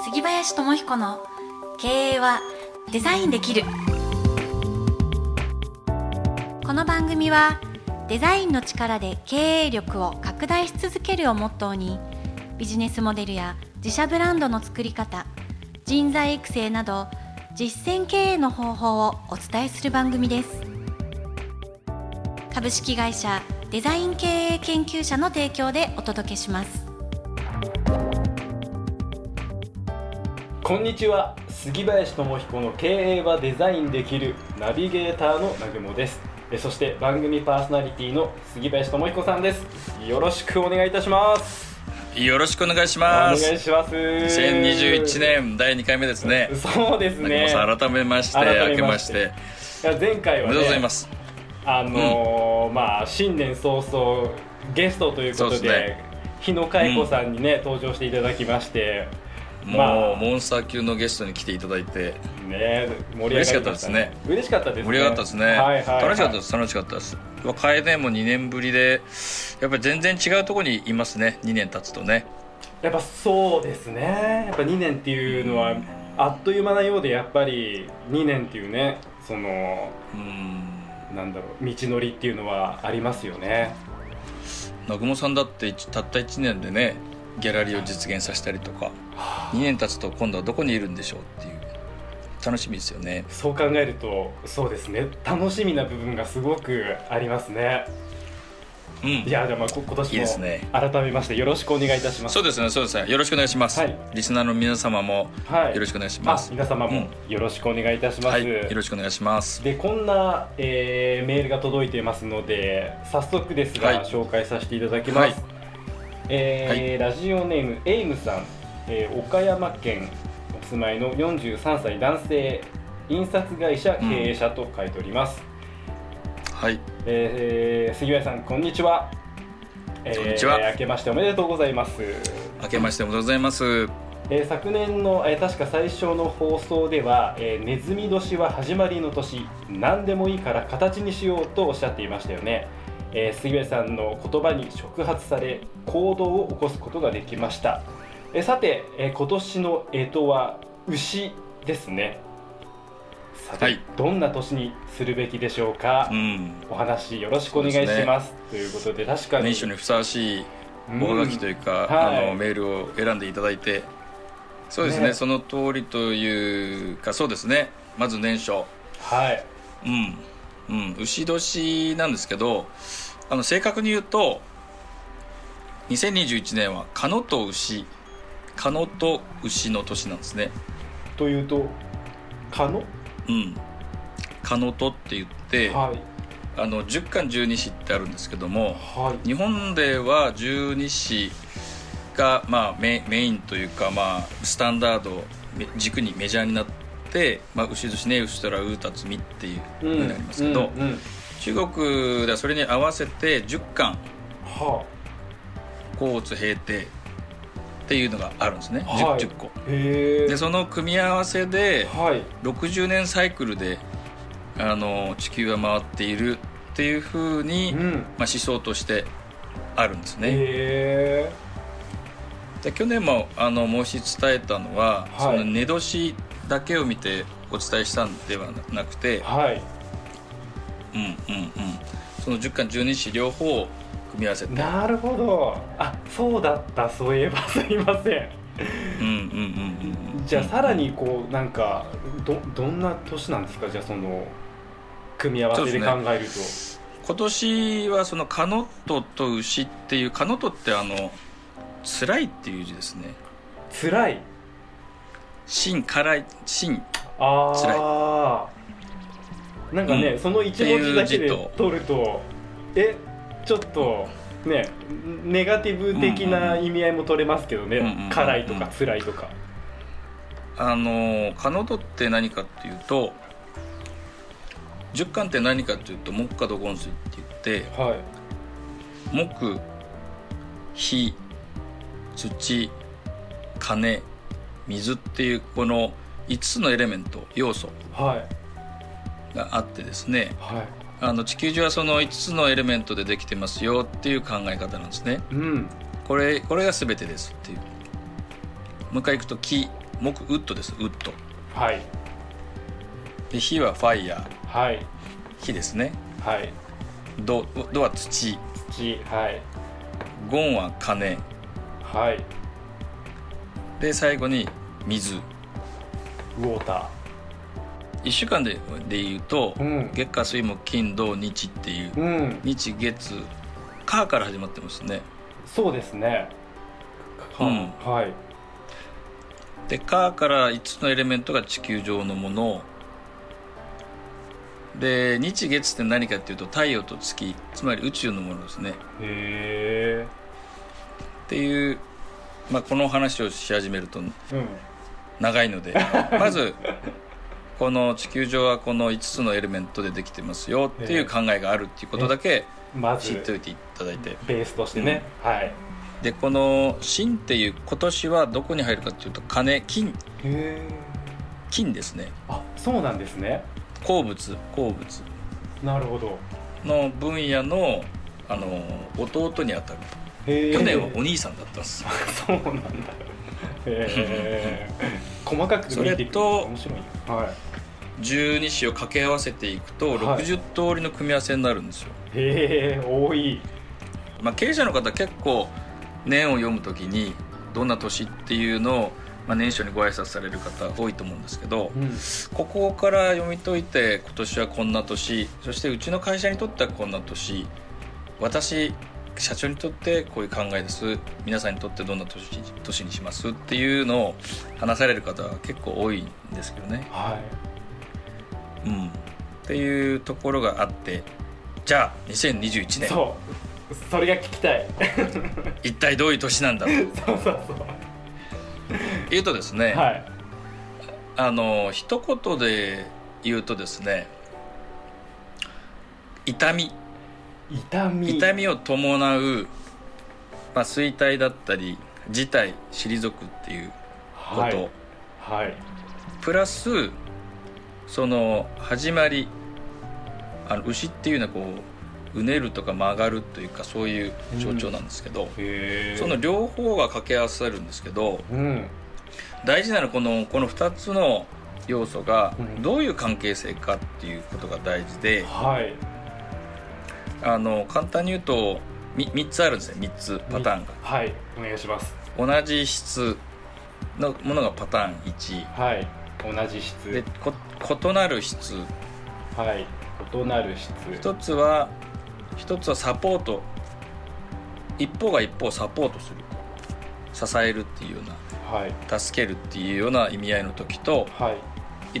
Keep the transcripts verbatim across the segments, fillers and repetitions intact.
杉林智彦の経営はデザインできる。この番組はデザインの力で経営力を拡大し続けるをモットーに、ビジネスモデルや自社ブランドの作り方、人材育成など実践経営の方法をお伝えする番組です。株式会社デザイン経営研究者の提供でお届けします。 こんにちは、杉林智彦の経営はデザインできるナビゲーターの南雲です。そして番組パーソナリティの杉林智彦さんです。よろしくお願いいたします。 よろしくお願いします。 お願いします。 にせんにじゅういちねんだいにかいめですね。 そうですね。 改めまして明けまして、 いや前回はね、 おめでとうございます。 あのーうん、まあ新年早々ゲストということで、ね、日野佳恵子さんにね、うん、登場していただきまして、 もう、まあ、モンスター級のゲストに来ていただいて、 ね、盛り上がりましたね。嬉しかったですね。嬉しかったですね。 盛り上がったですね。はいはいはい、楽しかったです。楽しかったです。楓もにねんぶりで、やっぱり全然違うところにいますね。にねん経つとね。 やっぱそうですね。やっぱにねんっていうのは、うん、あっという間なようで、やっぱりにねんっていうね、その、うん、なんだろう、道のりっていうのはありますよね。 南雲さんだってたったいちねんでね、ギャラリーを実現させたりとか、にねん経つと今度はどこにいるんでしょうっていう、楽しみですよね。 そう考えるとそうですね、楽しみな部分がすごくありますね。うん、いやでも今年も改めましてよろしくお願いいたします。 そうですね、そうですね、よろしくお願いします、はい、リスナーの皆様もよろしくお願いします、 はい、皆様もよろしくお願いいたします、 うんはい、よろしくお願いします。 でこんな、えー、メールが届いていますので、早速ですが、はい、紹介させていただきます、はいえーはい、ラジオネームエイムさん、えー、岡山県お住まいのよんじゅうさんさい男性、印刷会社経営者と書いております、 うんはいえー、杉林さんこんにちは、 えー、こんにちは。 明けましておめでとうございます。 明けましておめでとうございます、 えー、昨年の、えー、確か最初の放送では、えー、ネズミ年は始まりの年、何でもいいから形にしようとおっしゃっていましたよね。えー、杉林さんの言葉に触発され行動を起こすことができました。えー、さて、えー、今年の干支は牛ですね。さて、はい、どんな年にするべきでしょうか、うん、お話よろしくお願いします、ね、ということで、確かに年初にふさわしいおはがきというか、うんはい、あのメールを選んでいただいて、そうですね、ねその通りというか、そうですね、まず年初、 はいうんうん、牛年なんですけど、あの正確に言うとにせんにじゅういちねんは鹿と牛鹿と牛の年なんですね。 というと鹿うん鹿とって言って、はい、あのじゅっかんじゅうに支ってあるんですけども、はい、日本ではじゅうに支が、まあ、メ, メインというか、まあ、スタンダード軸にメジャーになってでまあ、牛年ね、牛とらうたつみっていうのになりますけど、うんうんうん、中国ではそれに合わせてじゅっかん、はあ、甲乙平定っていうのがあるんですね、はい、じゅっこへで、その組み合わせで、はい、ろくじゅうねんサイクルであの地球は回っているっていうふうに、うんまあ、思想としてあるんですね。へで去年もあの申し伝えたのは、はい、その寝年だけを見てお伝えしたんではなくて、はいうんうんうん、そのじゅっかんじゅうに支両方を組み合わせて。 なるほど、あ、そうだった、そういえばすいません。うんうんうんうん、じゃあさらにこうなんか ど, どんな年なんですか、じゃあその組み合わせで考えると、ね、 今年はそのカノトと牛っていう、カノトってあの辛いっていう字ですね。 辛い、 辛辛い、辛あ辛いなんかね、うん、その一文字だけで取るとえちょっとねネガティブ的な意味合いも取れますけどね、うんうんうん、辛いとか辛いとか、 あのカノトって何かっていうと、十巻って何かっていうと木火土金水って言って、はい、木、火、土、金、水っていうこのいつつのエレメント、要素があってですね、はい、あの地球上はそのいつつのエレメントでできてますよっていう考え方なんですね、うん、これ、これが全てですっていう。もう一回いくと木、 木ウッドです。ウッド。 はい。 で火はファイヤー。はい。 火ですね。 はい。 土土は土。 土。はい。 ゴンは金。 はい。 で最後に水。 ウォーター。 いっしゅうかんでで言うと、 うん、 月火水木金土日っていう、 うん、 日月火から始まってますね。 そうですね。 うん、 はい。 で火からいつつのエレメントが地球上のもので、日月って何かっていうと太陽と月、つまり宇宙のものですね。 へーっていう、まあ、この話をし始めると長いので、うん、まずこの地球上はこのいつつのエレメントでできてますよっていう考えがあるっていうことだけ知っておいていただいて、 ベースとしてね、うん、はい。 でこの金っていう今年はどこに入るかっていうと金、金、 へー金ですね。 あ、そうなんですね。 鉱物、鉱物なるほどの分野の、あの弟にあたる。去年はお兄さんだったんですよ。 そうなんだ。へー細かく見ていくと面白い。はい。 十二支を掛け合わせていくとろくじゅう通りの組み合わせになるんですよ。 へえ、多い。まあ、経営者の方結構年を読むときにどんな年っていうのを、まあ、年初にご挨拶される方多いと思うんですけど、うん、ここから読み解いて今年はこんな年、そしてうちの会社にとってはこんな年、私社長にとってこういう考えです、皆さんにとってどんな 年, 年にしますっていうのを話される方は結構多いんですけどね。 はい。 うん、っていうところがあって、じゃあにせんにじゅういちねん、 そうそれが聞きたい一体どういう年なんだとそうそうそう言うとですね、 はい、 あの一言で言うとですね、痛み痛み痛みを伴う、まあ、衰退だったり辞退退くっていうこと、 はいはい、 プラスその始まり、あの牛っていうのはこううねるとか曲がるというかそういう象徴なんですけど、うん、その両方が掛け合わさるんですけど、 うん、 大事なのはこの、このふたつの要素がどういう関係性かっていうことが大事で、 うん、はい、 あの簡単に言うと 3, 3つあるんですね。みっつパターンが。 はい、お願いします。 同じ質のものがパターンいち、 はい、同じ質でこ異なる質、 はい、異なる質、 一つは一つはサポート、一方が一方をサポートする、支えるっていうような、はい、助けるっていうような意味合いの時と、 はい、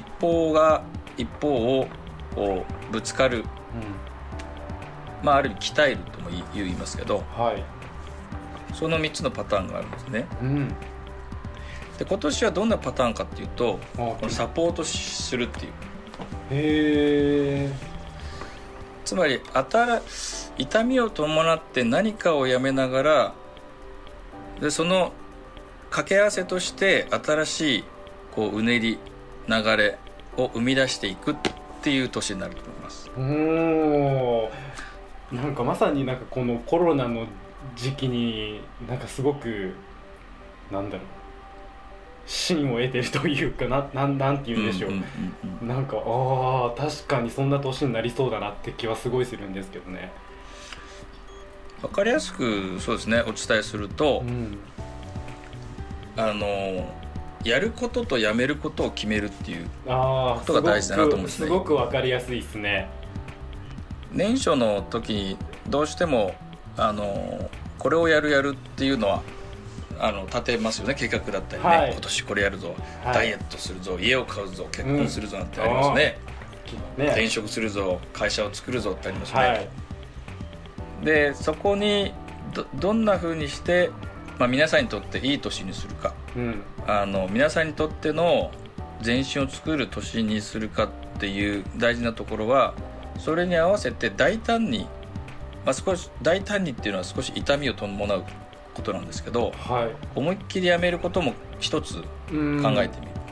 一方が一方をこうぶつかる、うん、まあ、ある意味鍛えるとも言いますけど、 はい、 そのみっつのパターンがあるんですね、 うん、 で今年はどんなパターンかっていうと、このサポートするっていう、 へー、 つまり痛みを伴って何かをやめながら、でその掛け合わせとして新しいこううねり流れを生み出していくっていう年になると思います。 おー、なんかまさになんかこのコロナの時期になんかすごくなんだろう、芯を得てるというか、 な, な, なんて言うんでしょう、うんうんうんうん、なんかああ確かにそんな年になりそうだなって気はすごいするんですけどね。 分かりやすくそうですね、お伝えすると、うん、あのやることとやめることを決めるっていうことが大事だなと思うんですね。 すごく分かりやすいですね。 年初の時にどうしてもあのこれをやるやるっていうのはあの立てますよね。計画だったりね、はい、今年これやるぞ、はい、ダイエットするぞ、家を買うぞ、結婚するぞなんてありますね、うん、ね、転職するぞ、会社を作るぞってありますね、はい、でそこに ど, どんな風にして、まあ、皆さんにとっていい年にするか、うん、あの皆さんにとっての前進を作る年にするかっていう大事なところは、それに合わせて大胆に、まあ、少し大胆にっていうのは少し痛みを伴うことなんですけど、はい、思いっきりやめることも一つ考えてみる。うん、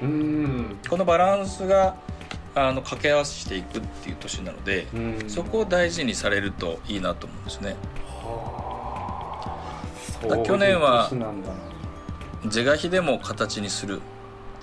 このバランスがあの掛け合わせしていくっていう年なので、そこを大事にされるといいなと思うんですね。はあ、去年は是が非でも形にするっ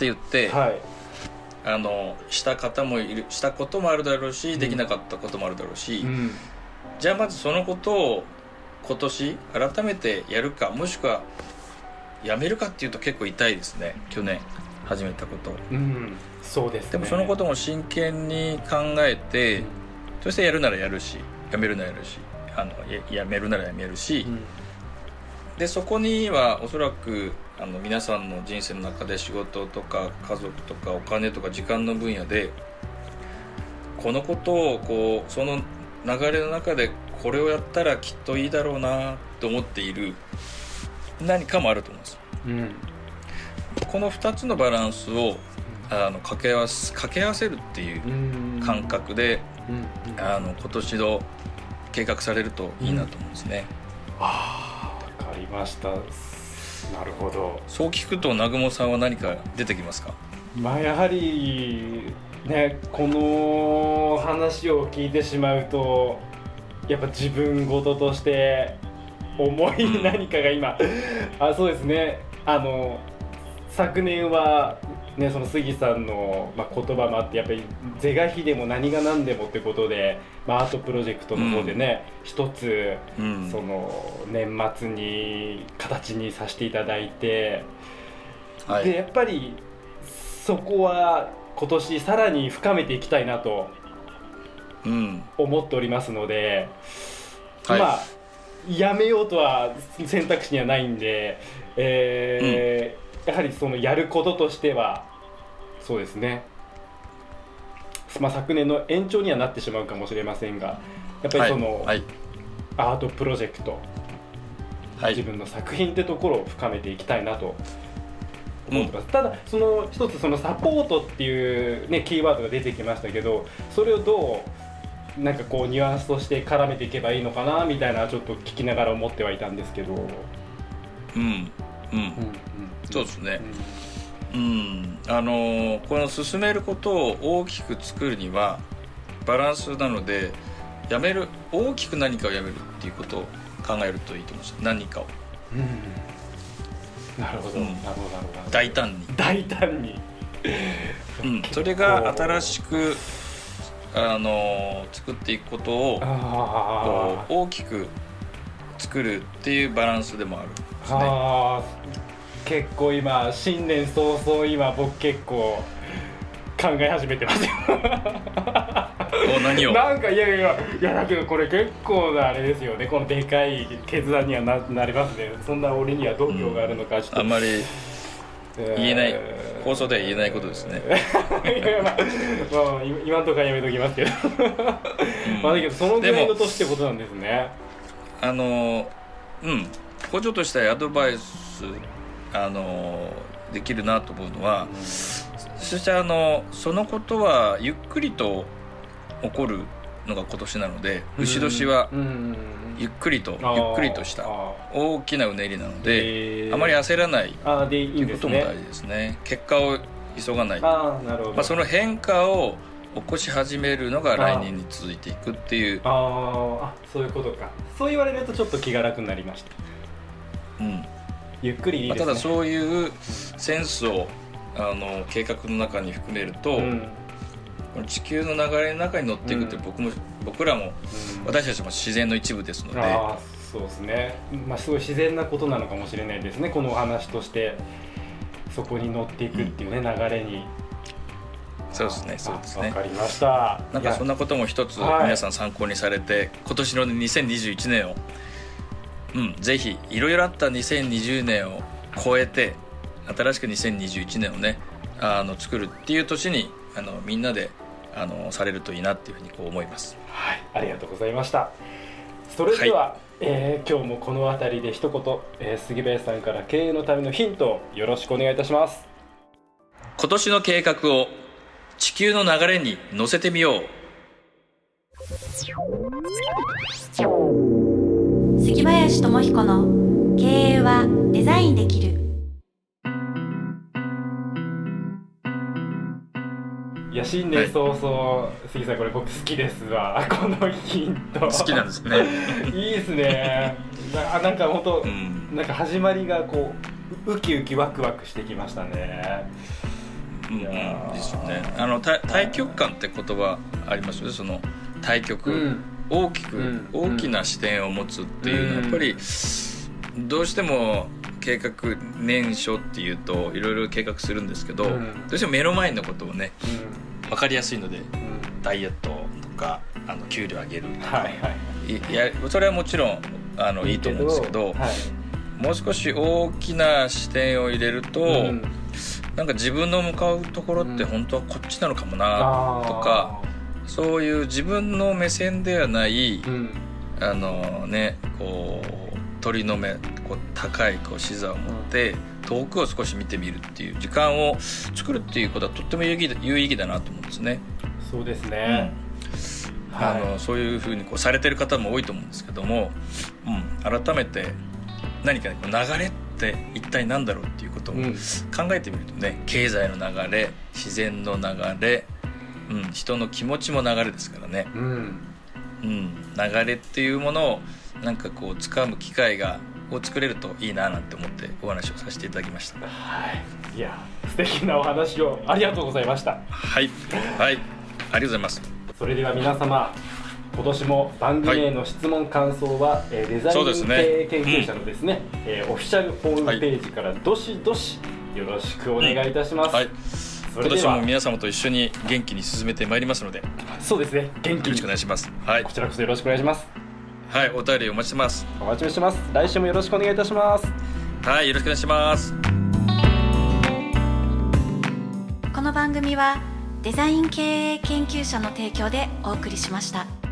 って言って、はい、あのした方もいる、したこともあるだろうし、できなかったこともあるだろうし、うん、じゃあまずそのことを今年改めてやるか、もしくはやめるかっていうと結構痛いですね。去年始めたこと、 うん、そうですね。 でもそのことも真剣に考えて、うん、そしてやるならやるし、やめるならやるし、あの や, やめるならやめるし、うん、でそこにはおそらくあの皆さんの人生の中で仕事とか家族とかお金とか時間の分野でこのことをこうその流れの中でこれをやったらきっといいだろうなと思っている何かもあると思うんです、うん、このふたつのバランスをあの掛け合わせ、掛け合わせるっていう感覚で、うんうん、あの今年の計画されるといいなと思うんですね、 うん、ああ、わかりました。なるほど。 そう聞くと南雲さんは何か出てきますか？ まあやはりね、この話を聞いてしまうとやっぱ自分事として重い何かが今、うん、あ、そうですね、あの昨年はね、その杉さんの、まあ、言葉もあってやっぱり是が非でも何が何でもってことで、まあ、アートプロジェクトの方でね、うん、一つ、うん、その年末に形にさせていただいて、はい、でやっぱりそこは今年さらに深めていきたいなと思っておりますので、うん、まあ、はい、やめようとは選択肢にはないんで、えーうんやはりそのやることとしてはそうですね、まあ、昨年の延長にはなってしまうかもしれませんがやっぱりその、はいはい、アートプロジェクト、はい、自分の作品ってところを深めていきたいなと思ってます、うん、ただその一つそのサポートっていう、ね、キーワードが出てきましたけどそれをどうなんかこうニュアンスとして絡めていけばいいのかなみたいなちょっと聞きながら思ってはいたんですけど、 うんうんうん、そうですね、うん、あのこの進めることを大きく作るにはバランスなのでやめる大きく何かをやめるっていうことを考えるといいと思います。何かを、うん、 なるほど、うん、なるほどなるほど、 大胆に大胆に、 うん、それが新しくあの作っていくことをこう大きく作るっていうバランスでもあるんですね。あ、 結構今新年早々今僕結構考え始めてますよお、何をなんかいやいやいやだけどこれ結構なあれですよね、このでかい決断には な, なりますね。そんな俺には度胸があるのかちょっと、 うん、あんまり言えない、えー、放送では言えないことですねいやいや、まあまあ、今のところはやめときますけどまあだけどそのぐらいの年ってことなんですね。 あのうん補助としてアドバイスあのできるなと思うのは、うん、そしてあのそのことはゆっくりと起こるのが今年なので、牛年はゆっくりと、うん、ゆっくりとした大きなうねりなので、あまり焦らないということも大事ですね。結果を急がない。あ、なるほど。まあ、その変化を起こし始めるのが来年に続いていくっていう。 ああ、そういうことか。そう言われるとちょっと気が楽になりました。うん、ゆっくりいいですね。 まあ、ただそういうセンスをあの計画の中に含めると、うん、この地球の流れの中に乗っていくって僕も、うん、僕らも、うん、私たちも自然の一部ですので、 あ、そうですね、まあ、すごい自然なことなのかもしれないですね、このお話としてそこに乗っていくっていうね、うん、流れに。 そうですね、そうですね。 わかりました。 なんかそんなことも一つ皆さん参考にされて、はい、今年のにせんにじゅういちねんをうん、ぜひいろいろあったにせんにじゅうねんを超えて新しくにせんにじゅういちねんをねあの作るっていう年にあのみんなであのされるといいなっていうふうにこう思います。 はい、ありがとうございました。それでは、はい、えー、今日もこの辺りで一言、えー、杉林さんから経営のためのヒントをよろしくお願いいたします。 今年の計画を地球の流れに乗せてみよう。 杉林智彦の経営はデザインできる。 いや、新年早々、はい、杉さんこれ僕好きですわ、このヒント。 好きなんですねいいですね。な, なんか本当、うん、なんか始まりがこうウキウキワクワクしてきましたね。 うんうん、ですよね。あの大局観って言葉ありますよね。その大局、うん、大きく、うん、大きな視点を持つっていうのはやっぱりどうしても計画年初っていうといろいろ計画するんですけど、うん、どうしても目の前のことをね、うん、分かりやすいので、うん、ダイエットとかあの給料上げるとか、はいはい、いやそれはもちろんあのいいと思うんですけど、はい、もう少し大きな視点を入れると、うん、なんか自分の向かうところって本当はこっちなのかもなとか、うん、そういう自分の目線ではない、うん、あのねこう鳥の目こう高いこう視座を持って遠くを少し見てみるっていう時間を作るっていうことはとっても有意義だ、有意義だなと思うんですね。 そうですね、 うんはい、あのそういうふうにこうされてる方も多いと思うんですけども、うん、改めて何か、ね、こう流れって一体何だろうっていうことを考えてみるとね、うん、経済の流れ、自然の流れ、うん、人の気持ちも流れですからね、うんうん、流れっていうものをなんかこう掴む機会がを作れるといいななんて思ってお話をさせていただきました。 はい、いや素敵なお話をありがとうございました。 はいはい、ありがとうございます。 それでは皆様、今年も番組への質問感想は、はい、デザイン経営研究者のですね、うんえー、オフィシャルホームページからどしどしよろしくお願いいたします。うんはい、 今年も皆様と一緒に元気に進めてまいりますので、 そうですね、元気によろしくお願いします。はい、 こちらこそよろしくお願いします。 はい、お便りお待ちしてます。 お待ちしてます。来週もよろしくお願いいたします。 はい、よろしくお願いします。 この番組はデザイン経営研究者の提供でお送りしました。